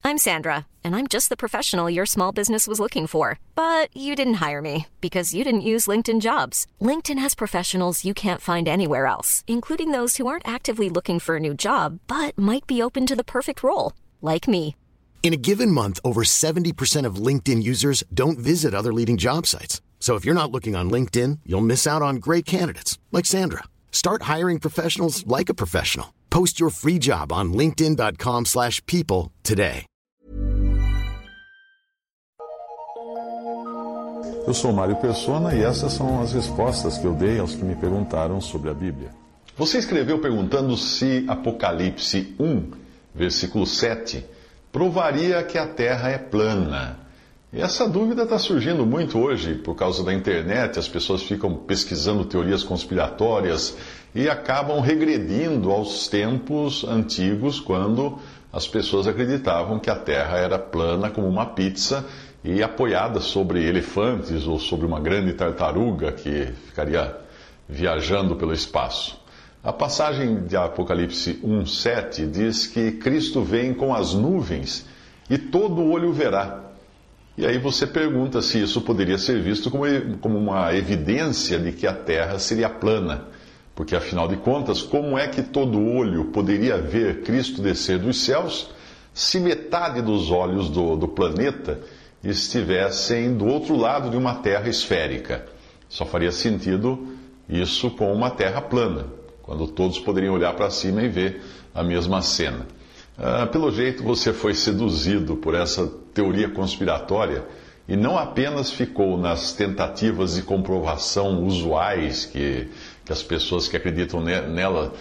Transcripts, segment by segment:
I'm Sandra, and I'm just the professional your small business was looking for. But you didn't hire me because you didn't use LinkedIn Jobs. LinkedIn has professionals you can't find anywhere else, including those who aren't actively looking for a new job, but might be open to the perfect role, like me. In a given month, over 70% of LinkedIn users don't visit other leading job sites. So if you're not looking on LinkedIn, you'll miss out on great candidates like Sandra. Start hiring professionals like a professional. Post your free job on linkedin.com/people today. Eu sou Mário Persona e essas são as respostas que eu dei aos que me perguntaram sobre a Bíblia. Você escreveu perguntando se Apocalipse 1, versículo 7, provaria que a Terra é plana. E essa dúvida está surgindo muito hoje por causa da internet. As pessoas ficam pesquisando teorias conspiratórias e acabam regredindo aos tempos antigos, quando as pessoas acreditavam que a Terra era plana como uma pizza e apoiada sobre elefantes ou sobre uma grande tartaruga que ficaria viajando pelo espaço. A passagem de Apocalipse 1:7 diz que Cristo vem com as nuvens e todo olho verá. E aí você pergunta se isso poderia ser visto como uma evidência de que a Terra seria plana. Porque, afinal de contas, como é que todo olho poderia ver Cristo descer dos céus se metade dos olhos do planeta estivessem do outro lado de uma Terra esférica? Só faria sentido isso com uma Terra plana, quando todos poderiam olhar para cima e ver a mesma cena. Pelo jeito, você foi seduzido por essa teoria conspiratória e não apenas ficou nas tentativas de comprovação usuais que as pessoas que acreditam nela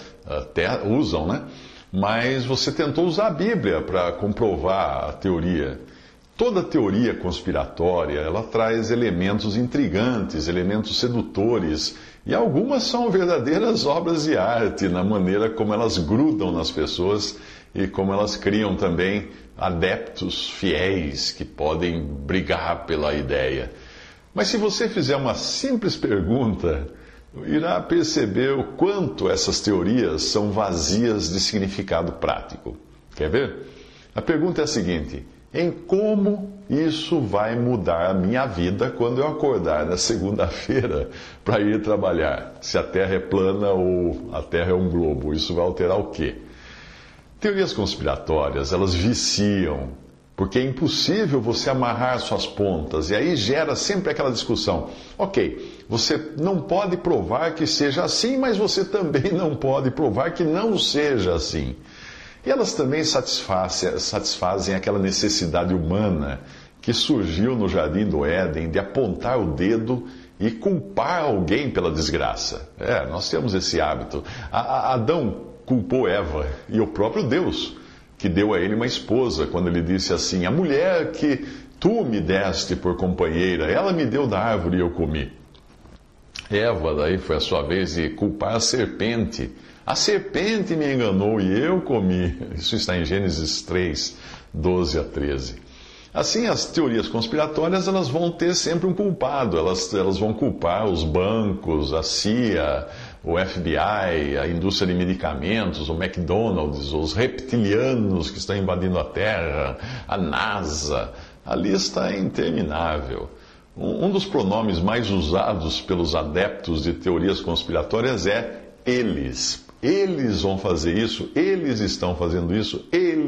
usam, né? Mas você tentou usar a Bíblia para comprovar a teoria. Toda teoria conspiratória, ela traz elementos intrigantes, elementos sedutores, e algumas são verdadeiras obras de arte na maneira como elas grudam nas pessoas e como elas criam também adeptos fiéis que podem brigar pela ideia. Mas se você fizer uma simples pergunta, irá perceber o quanto essas teorias são vazias de significado prático. Quer ver? A pergunta é a seguinte: em como isso vai mudar a minha vida quando eu acordar na segunda-feira para ir trabalhar? Se a Terra é plana ou a Terra é um globo, isso vai alterar o quê? Teorias conspiratórias, elas viciam, porque é impossível você amarrar suas pontas, e aí gera sempre aquela discussão. Ok, você não pode provar que seja assim, mas você também não pode provar que não seja assim. E elas também satisfazem aquela necessidade humana que surgiu no Jardim do Éden de apontar o dedo e culpar alguém pela desgraça. Nós temos esse hábito. Adão culpou Eva e o próprio Deus, que deu a ele uma esposa, quando ele disse assim: a mulher que tu me deste por companheira, ela me deu da árvore e eu comi. Eva, daí foi a sua vez de culpar a serpente. A serpente me enganou e eu comi. Isso está em Gênesis 3, 12 a 13. Assim, as teorias conspiratórias, elas vão ter sempre um culpado. Elas vão culpar os bancos, a CIA, o FBI, a indústria de medicamentos, o McDonald's, os reptilianos que estão invadindo a Terra, a NASA. A lista é interminável. Um dos pronomes mais usados pelos adeptos de teorias conspiratórias é eles. Eles vão fazer isso, eles estão fazendo isso,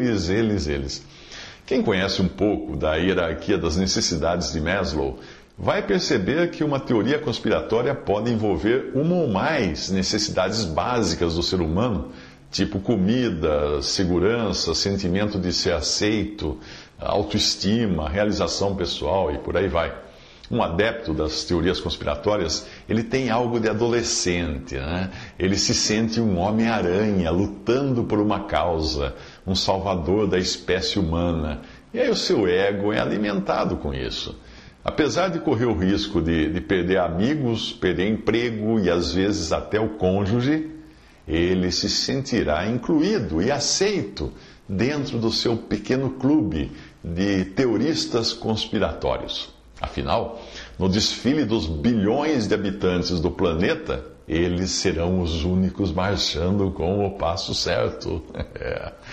eles. Quem conhece um pouco da hierarquia das necessidades de Maslow vai perceber que uma teoria conspiratória pode envolver uma ou mais necessidades básicas do ser humano, tipo comida, segurança, sentimento de ser aceito, autoestima, realização pessoal e por aí vai. Um adepto das teorias conspiratórias, ele tem algo de adolescente, né? Ele se sente um Homem-Aranha lutando por uma causa, um salvador da espécie humana. E aí o seu ego é alimentado com isso. Apesar de correr o risco de perder amigos, perder emprego e às vezes até o cônjuge, ele se sentirá incluído e aceito dentro do seu pequeno clube de teoristas conspiratórios. Afinal, no desfile dos bilhões de habitantes do planeta, eles serão os únicos marchando com o passo certo.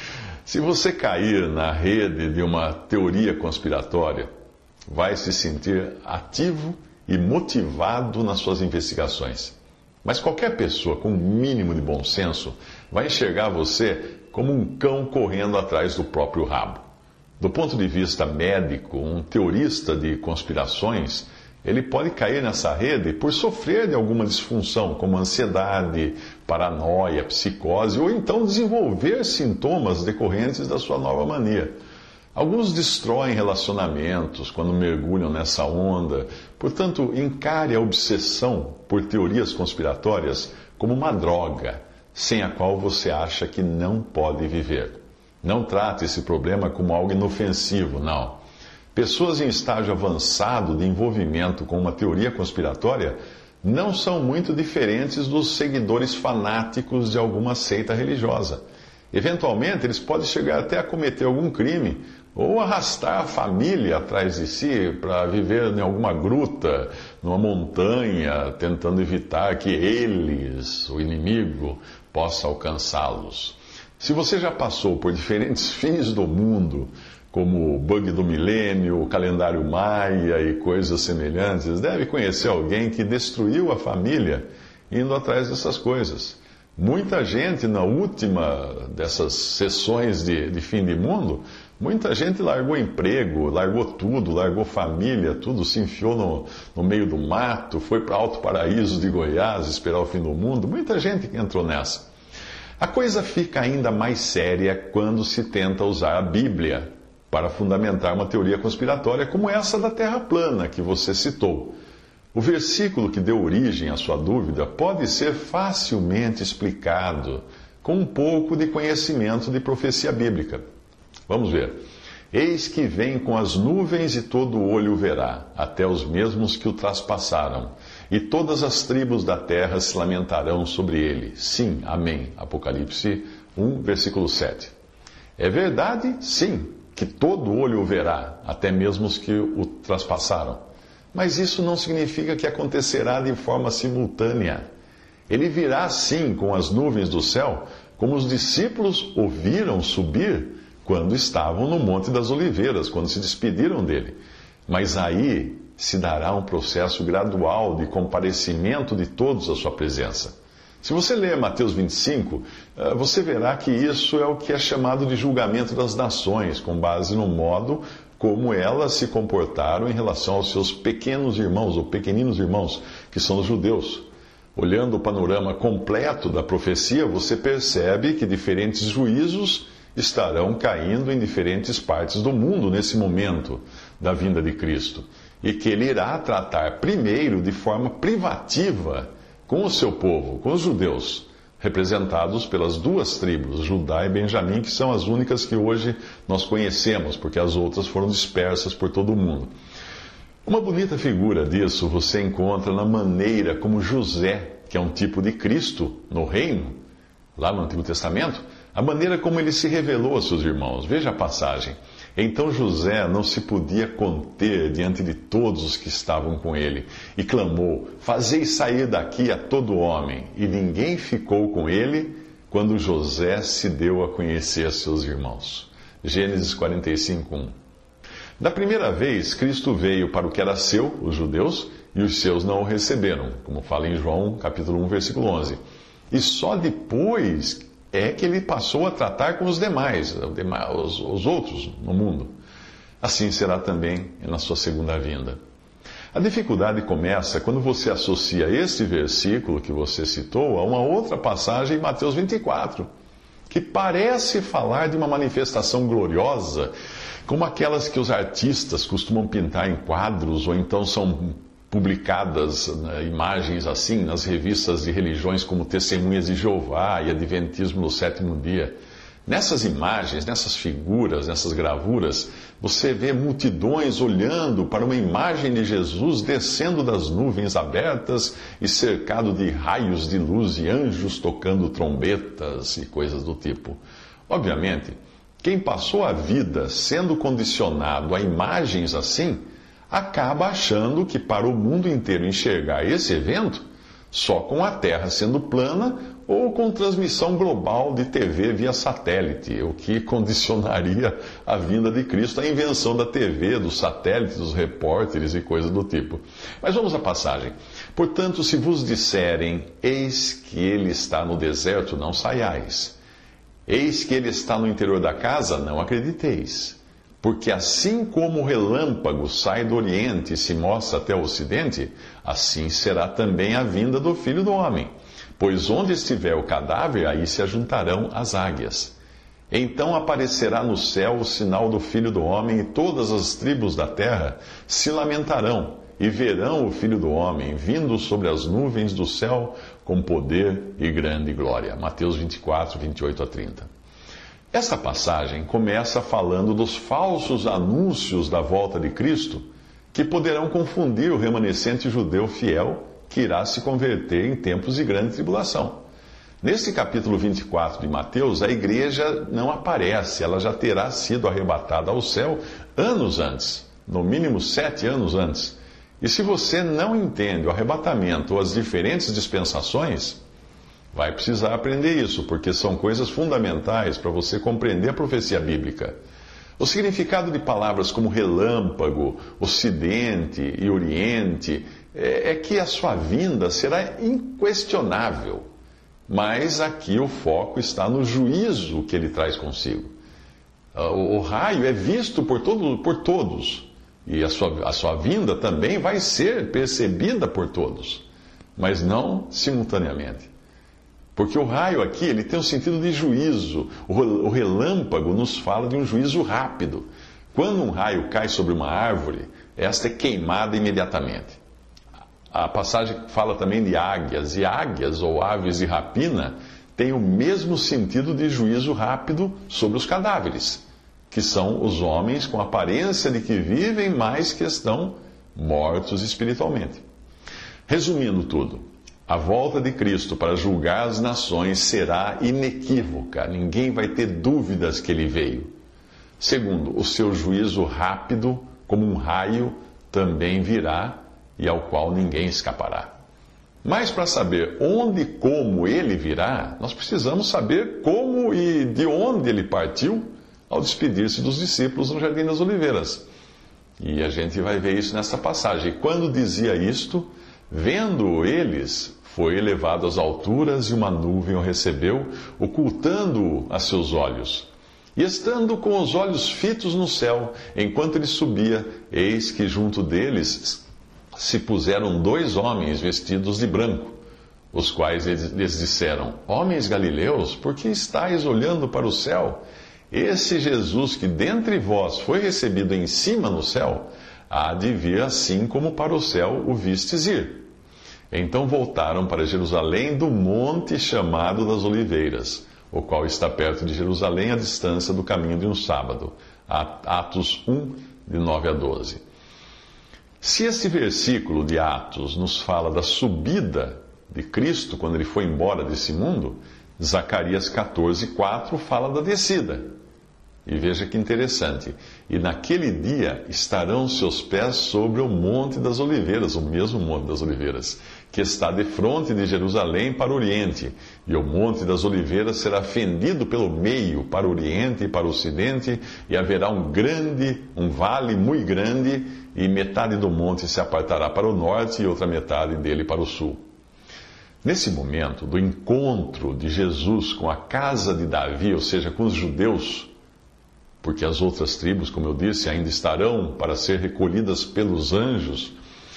Se você cair na rede de uma teoria conspiratória, vai se sentir ativo e motivado nas suas investigações. Mas qualquer pessoa com um mínimo de bom senso vai enxergar você como um cão correndo atrás do próprio rabo. Do ponto de vista médico, um teorista de conspirações, ele pode cair nessa rede por sofrer de alguma disfunção, como ansiedade, paranoia, psicose, ou então desenvolver sintomas decorrentes da sua nova mania. Alguns destroem relacionamentos quando mergulham nessa onda. Portanto, encare a obsessão por teorias conspiratórias como uma droga, sem a qual você acha que não pode viver. Não trate esse problema como algo inofensivo, não. Pessoas em estágio avançado de envolvimento com uma teoria conspiratória não são muito diferentes dos seguidores fanáticos de alguma seita religiosa. Eventualmente, eles podem chegar até a cometer algum crime ou arrastar a família atrás de si para viver em alguma gruta, numa montanha, tentando evitar que eles, o inimigo, possa alcançá-los. Se você já passou por diferentes fins do mundo, como o bug do milênio, o calendário maia e coisas semelhantes, deve conhecer alguém que destruiu a família indo atrás dessas coisas. Muita gente, na última dessas sessões de fim de mundo, muita gente largou emprego, largou tudo, largou família, tudo, se enfiou no meio do mato, foi para Alto Paraíso de Goiás esperar o fim do mundo. Muita gente que entrou nessa. A coisa fica ainda mais séria quando se tenta usar a Bíblia para fundamentar uma teoria conspiratória como essa da Terra plana que você citou. O versículo que deu origem à sua dúvida pode ser facilmente explicado com um pouco de conhecimento de profecia bíblica. Vamos ver. Eis que vem com as nuvens e todo olho o verá, até os mesmos que o traspassaram. E todas as tribos da terra se lamentarão sobre ele. Sim, amém. Apocalipse 1, versículo 7. É verdade, sim, que todo olho o verá, até mesmo os que o traspassaram. Mas isso não significa que acontecerá de forma simultânea. Ele virá sim com as nuvens do céu, como os discípulos o viram subir quando estavam no Monte das Oliveiras, quando se despediram dele. Mas aí se dará um processo gradual de comparecimento de todos à sua presença. Se você ler Mateus 25, você verá que isso é o que é chamado de julgamento das nações, com base no modo como elas se comportaram em relação aos seus pequenos irmãos, ou pequeninos irmãos, que são os judeus. Olhando o panorama completo da profecia, você percebe que diferentes juízos estarão caindo em diferentes partes do mundo nesse momento da vinda de Cristo. E que ele irá tratar primeiro de forma privativa com o seu povo, com os judeus, representados pelas duas tribos, Judá e Benjamim, que são as únicas que hoje nós conhecemos, porque as outras foram dispersas por todo o mundo. Uma bonita figura disso você encontra na maneira como José, que é um tipo de Cristo no reino, lá no Antigo Testamento, a maneira como ele se revelou a seus irmãos. Veja a passagem. Então José não se podia conter diante de todos os que estavam com ele, e clamou: fazei sair daqui a todo homem. E ninguém ficou com ele quando José se deu a conhecer a seus irmãos. Gênesis 45:1. Da primeira vez, Cristo veio para o que era seu, os judeus, e os seus não o receberam, como fala em João capítulo 1, versículo 11. E só depois é que ele passou a tratar com os demais, os outros no mundo. Assim será também na sua segunda vinda. A dificuldade começa quando você associa este versículo que você citou a uma outra passagem em Mateus 24, que parece falar de uma manifestação gloriosa, como aquelas que os artistas costumam pintar em quadros, ou então são publicadas imagens assim nas revistas de religiões como Testemunhas de Jeová e Adventismo no Sétimo Dia. Nessas imagens, nessas figuras, nessas gravuras, você vê multidões olhando para uma imagem de Jesus descendo das nuvens abertas e cercado de raios de luz e anjos tocando trombetas e coisas do tipo. Obviamente, quem passou a vida sendo condicionado a imagens assim, acaba achando que para o mundo inteiro enxergar esse evento, só com a Terra sendo plana, ou com transmissão global de TV via satélite, o que condicionaria a vinda de Cristo à invenção da TV, dos satélites, dos repórteres e coisas do tipo. Mas vamos à passagem. Portanto, se vos disserem, eis que ele está no deserto, não saiais. Eis que ele está no interior da casa, não acrediteis. Porque assim como o relâmpago sai do Oriente e se mostra até o Ocidente, assim será também a vinda do Filho do Homem. Pois onde estiver o cadáver, aí se ajuntarão as águias. Então aparecerá no céu o sinal do Filho do Homem, e todas as tribos da terra se lamentarão, e verão o Filho do Homem vindo sobre as nuvens do céu com poder e grande glória. Mateus 24, 28 a 30. Esta passagem começa falando dos falsos anúncios da volta de Cristo, que poderão confundir o remanescente judeu fiel que irá se converter em tempos de grande tribulação. Neste capítulo 24 de Mateus, a igreja não aparece, ela já terá sido arrebatada ao céu anos antes, no mínimo 7 anos antes. E se você não entende o arrebatamento ou as diferentes dispensações, vai precisar aprender isso, porque são coisas fundamentais para você compreender a profecia bíblica. O significado de palavras como relâmpago, ocidente e oriente é que a sua vinda será inquestionável. Mas aqui o foco está no juízo que ele traz consigo. O raio é visto por todos. E a sua vinda também vai ser percebida por todos. Mas não simultaneamente. Porque o raio aqui, ele tem um sentido de juízo. O relâmpago nos fala de um juízo rápido. Quando um raio cai sobre uma árvore, esta é queimada imediatamente. A passagem fala também de águias, e águias, ou aves de rapina, têm o mesmo sentido de juízo rápido sobre os cadáveres, que são os homens com aparência de que vivem, mas que estão mortos espiritualmente. Resumindo tudo, a volta de Cristo para julgar as nações será inequívoca. Ninguém vai ter dúvidas que ele veio. Segundo, o seu juízo rápido, como um raio, também virá e ao qual ninguém escapará. Mas para saber onde e como ele virá, nós precisamos saber como e de onde ele partiu ao despedir-se dos discípulos no Jardim das Oliveiras. E a gente vai ver isso nesta passagem. Quando dizia isto, vendo eles, foi elevado às alturas e uma nuvem o recebeu, ocultando-o a seus olhos. E estando com os olhos fitos no céu, enquanto ele subia, eis que junto deles se puseram 2 homens vestidos de branco, os quais lhes disseram: Homens galileus, por que estáis olhando para o céu? Esse Jesus que dentre vós foi recebido em cima no céu, há de vir assim como para o céu o vistes ir. Então voltaram para Jerusalém do monte chamado das Oliveiras, o qual está perto de Jerusalém, à distância do caminho de um sábado. Atos 1, de 9 a 12. Se este versículo de Atos nos fala da subida de Cristo quando ele foi embora desse mundo, Zacarias 14:4 fala da descida. E veja que interessante. E naquele dia estarão seus pés sobre o Monte das Oliveiras, o mesmo Monte das Oliveiras, que está defronte de Jerusalém para o Oriente. E o Monte das Oliveiras será fendido pelo meio, para o Oriente e para o Ocidente, e haverá um vale muito grande, e metade do monte se apartará para o norte e outra metade dele para o sul. Nesse momento do encontro de Jesus com a casa de Davi, ou seja, com os judeus, porque as outras tribos, como eu disse, ainda estarão para ser recolhidas pelos anjos,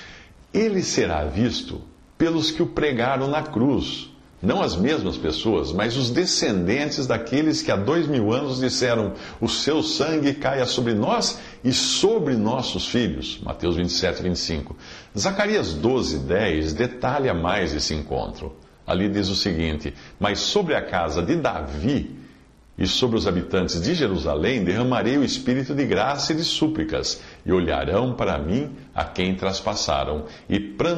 ele será visto pelos que o pregaram na cruz. Não as mesmas pessoas, mas os descendentes daqueles que há 2000 anos disseram: o seu sangue caia sobre nós e sobre nossos filhos. Mateus 27, 25. Zacarias 12:10 detalha mais esse encontro. Ali diz o seguinte: mas sobre a casa de Davi e sobre os habitantes de Jerusalém derramarei o espírito de graça e de súplicas, e olharão para mim a quem traspassaram, e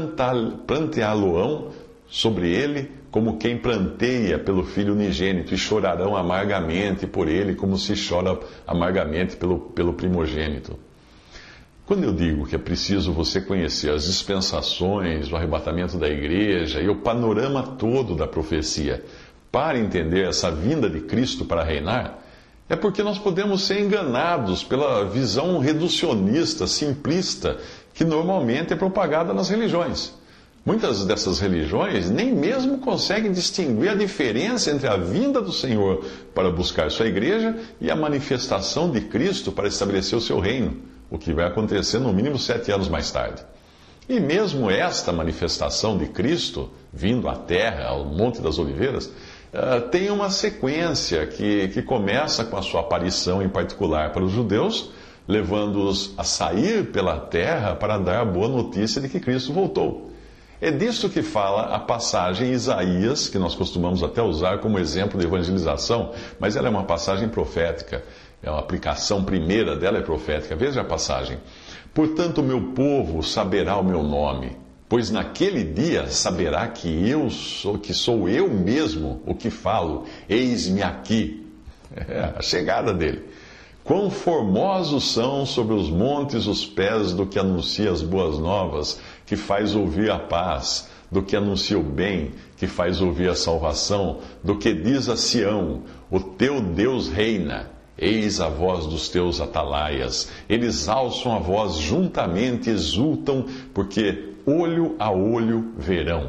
pranteá-lo-ão sobre ele como quem pranteia pelo filho unigênito, e chorarão amargamente por ele, como se chora amargamente pelo primogênito. Quando eu digo que é preciso você conhecer as dispensações, o arrebatamento da igreja e o panorama todo da profecia, para entender essa vinda de Cristo para reinar, é porque nós podemos ser enganados pela visão reducionista, simplista, que normalmente é propagada nas religiões. Muitas dessas religiões nem mesmo conseguem distinguir a diferença entre a vinda do Senhor para buscar sua igreja e a manifestação de Cristo para estabelecer o seu reino, o que vai acontecer no mínimo 7 anos mais tarde. E mesmo esta manifestação de Cristo, vindo à terra, ao Monte das Oliveiras, tem uma sequência que começa com a sua aparição em particular para os judeus, levando-os a sair pela terra para dar a boa notícia de que Cristo voltou. É disso que fala a passagem em Isaías, que nós costumamos até usar como exemplo de evangelização, mas ela é uma passagem profética. A aplicação primeira dela é profética. Veja a passagem. Portanto, o meu povo saberá o meu nome, pois naquele dia saberá que sou eu mesmo o que falo. Eis-me aqui. É a chegada dele. Quão formosos são sobre os montes os pés do que anuncia as boas novas, que faz ouvir a paz, do que anuncia o bem, que faz ouvir a salvação, do que diz a Sião, o teu Deus reina. Eis a voz dos teus atalaias. Eles alçam a voz juntamente, exultam, porque olho a olho verão,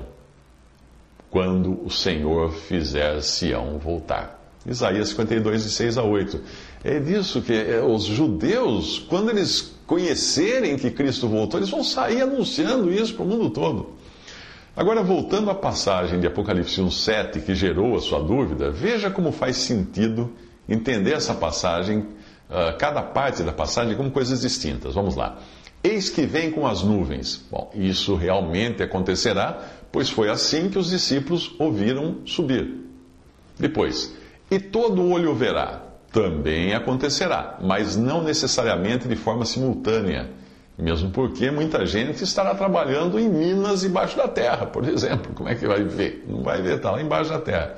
quando o Senhor fizer Sião voltar. Isaías 52, de 6 a 8. É disso que os judeus, quando eles conhecerem que Cristo voltou, eles vão sair anunciando isso para o mundo todo. Agora, voltando à passagem de Apocalipse 1,7, que gerou a sua dúvida, veja como faz sentido entender essa passagem, cada parte da passagem, como coisas distintas. Vamos lá. Eis que vem com as nuvens. Bom, isso realmente acontecerá, pois foi assim que os discípulos ouviram subir. Depois, e todo olho o verá. Também acontecerá, mas não necessariamente de forma simultânea. Mesmo porque muita gente estará trabalhando em minas embaixo da terra, por exemplo. Como é que vai ver? Não vai ver, está lá embaixo da terra.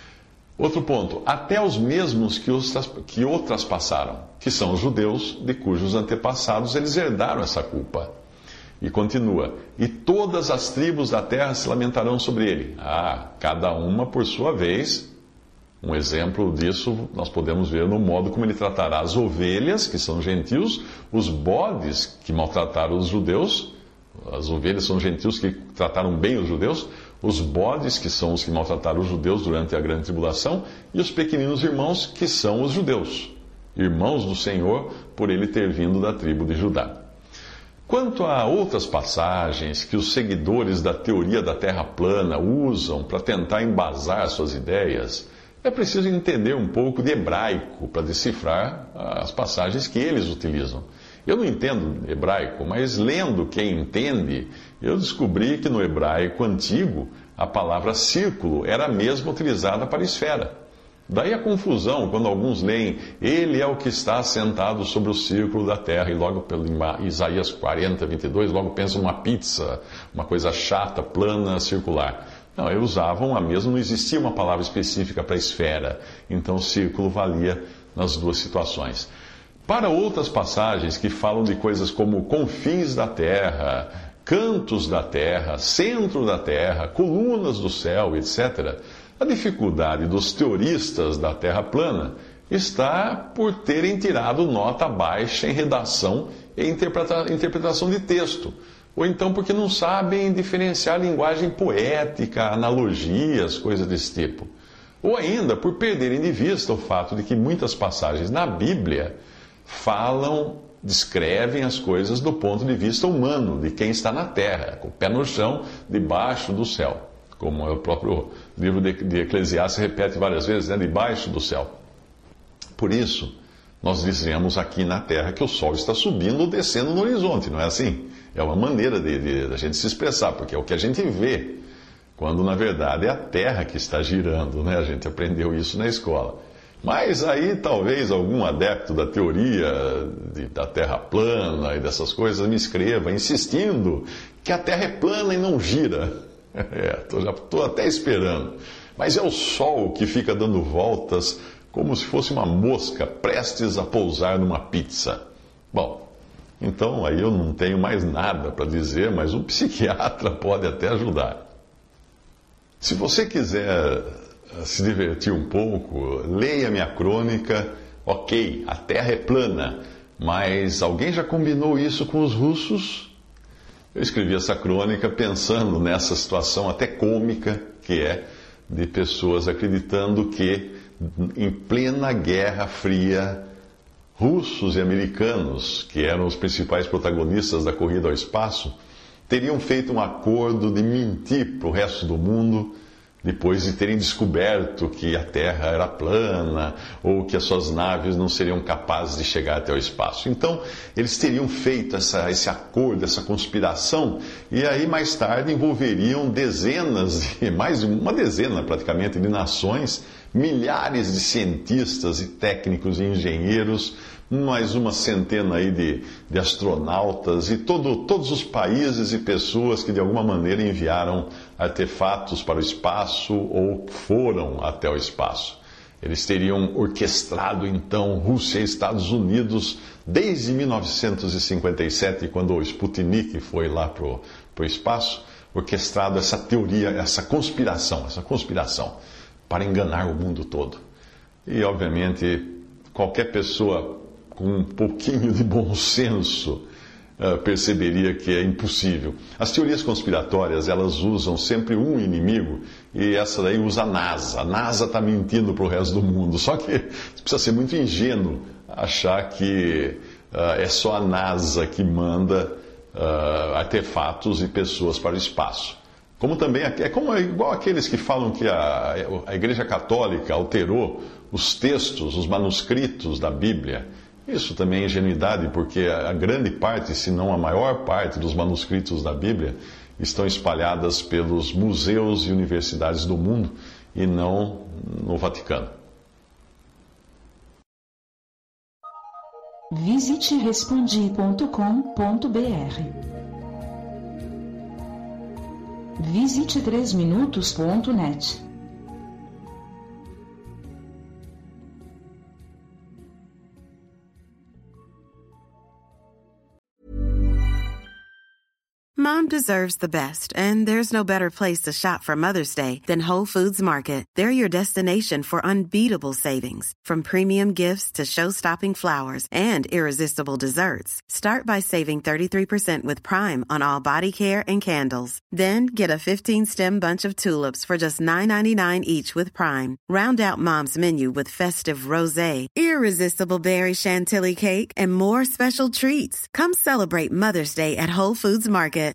Outro ponto, até os mesmos que outras passaram, que são os judeus, de cujos antepassados eles herdaram essa culpa. E continua, e todas as tribos da terra se lamentarão sobre ele. Cada uma por sua vez. Um exemplo disso nós podemos ver no modo como ele tratará as ovelhas, que são gentios, os bodes, que maltrataram os judeus, as ovelhas são gentios que trataram bem os judeus, os bodes, que são os que maltrataram os judeus durante a grande tribulação, e os pequeninos irmãos, que são os judeus, irmãos do Senhor, por ele ter vindo da tribo de Judá. Quanto a outras passagens que os seguidores da teoria da Terra plana usam para tentar embasar suas ideias, é preciso entender um pouco de hebraico para decifrar as passagens que eles utilizam. Eu não entendo hebraico, mas lendo quem entende, eu descobri que no hebraico antigo a palavra círculo era a mesma utilizada para esfera. Daí a confusão quando alguns leem, ele é o que está sentado sobre o círculo da terra, e logo pelo Isaías 40, 22, logo pensam uma pizza, uma coisa chata, plana, circular. Não, eles usavam a mesma, não existia uma palavra específica para esfera, então círculo valia nas duas situações. Para outras passagens que falam de coisas como confins da terra, cantos da terra, centro da terra, colunas do céu, etc., a dificuldade dos teoristas da Terra plana está por terem tirado nota baixa em redação e interpretação de texto, ou então porque não sabem diferenciar linguagem poética, analogias, coisas desse tipo. Ou ainda por perderem de vista o fato de que muitas passagens na Bíblia descrevem as coisas do ponto de vista humano, de quem está na terra, com o pé no chão, debaixo do céu. Como o próprio livro de Eclesiastes repete várias vezes, debaixo do céu. Por isso, nós dizemos aqui na terra que o sol está subindo ou descendo no horizonte, não é assim? É uma maneira da gente se expressar, porque é o que a gente vê, quando na verdade é a terra que está girando, né? A gente aprendeu isso na escola. Mas aí talvez algum adepto da teoria da terra plana e dessas coisas me escreva insistindo que a terra é plana e não gira. Já estou até esperando. Mas é o sol que fica dando voltas como se fosse uma mosca prestes a pousar numa pizza. Bom, então aí eu não tenho mais nada para dizer, mas um psiquiatra pode até ajudar. Se você quiser se divertir um pouco, leia minha crônica. Ok, a Terra é plana, mas alguém já combinou isso com os russos? Eu escrevi essa crônica pensando nessa situação até cômica que é de pessoas acreditando que em plena Guerra Fria, russos e americanos, que eram os principais protagonistas da corrida ao espaço, teriam feito um acordo de mentir para o resto do mundo depois de terem descoberto que a Terra era plana ou que as suas naves não seriam capazes de chegar até o espaço. Então, eles teriam feito esse acordo, essa conspiração, e aí mais tarde envolveriam mais de uma dezena praticamente de nações, milhares de cientistas e técnicos e engenheiros, mais uma centena aí de astronautas e todos os países e pessoas que de alguma maneira enviaram artefatos para o espaço ou foram até o espaço. Eles teriam orquestrado então Rússia e Estados Unidos desde 1957, quando o Sputnik foi lá para o espaço, orquestrado essa teoria, essa conspiração para enganar o mundo todo. E obviamente qualquer pessoa com um pouquinho de bom senso perceberia que é impossível. As teorias conspiratórias, elas usam sempre um inimigo, e essa daí usa a NASA. A NASA está mentindo para o resto do mundo. Só que precisa ser muito ingênuo achar que é só a NASA que manda artefatos e pessoas para o espaço. Como também igual aqueles que falam que a Igreja Católica alterou os textos, os manuscritos da Bíblia. Isso também é ingenuidade, porque a grande parte, se não a maior parte dos manuscritos da Bíblia estão espalhadas pelos museus e universidades do mundo e não no Vaticano. Visite respondi.com.br. Visite 3minutos.net. Mom deserves the best, and there's no better place to shop for Mother's Day than Whole Foods Market. They're your destination for unbeatable savings, from premium gifts to show-stopping flowers and irresistible desserts. Start by saving 33% with Prime on all body care and candles. Then get a 15-stem bunch of tulips for just $9.99 each with Prime. Round out Mom's menu with festive rosé, irresistible berry chantilly cake, and more special treats. Come celebrate Mother's Day at Whole Foods Market.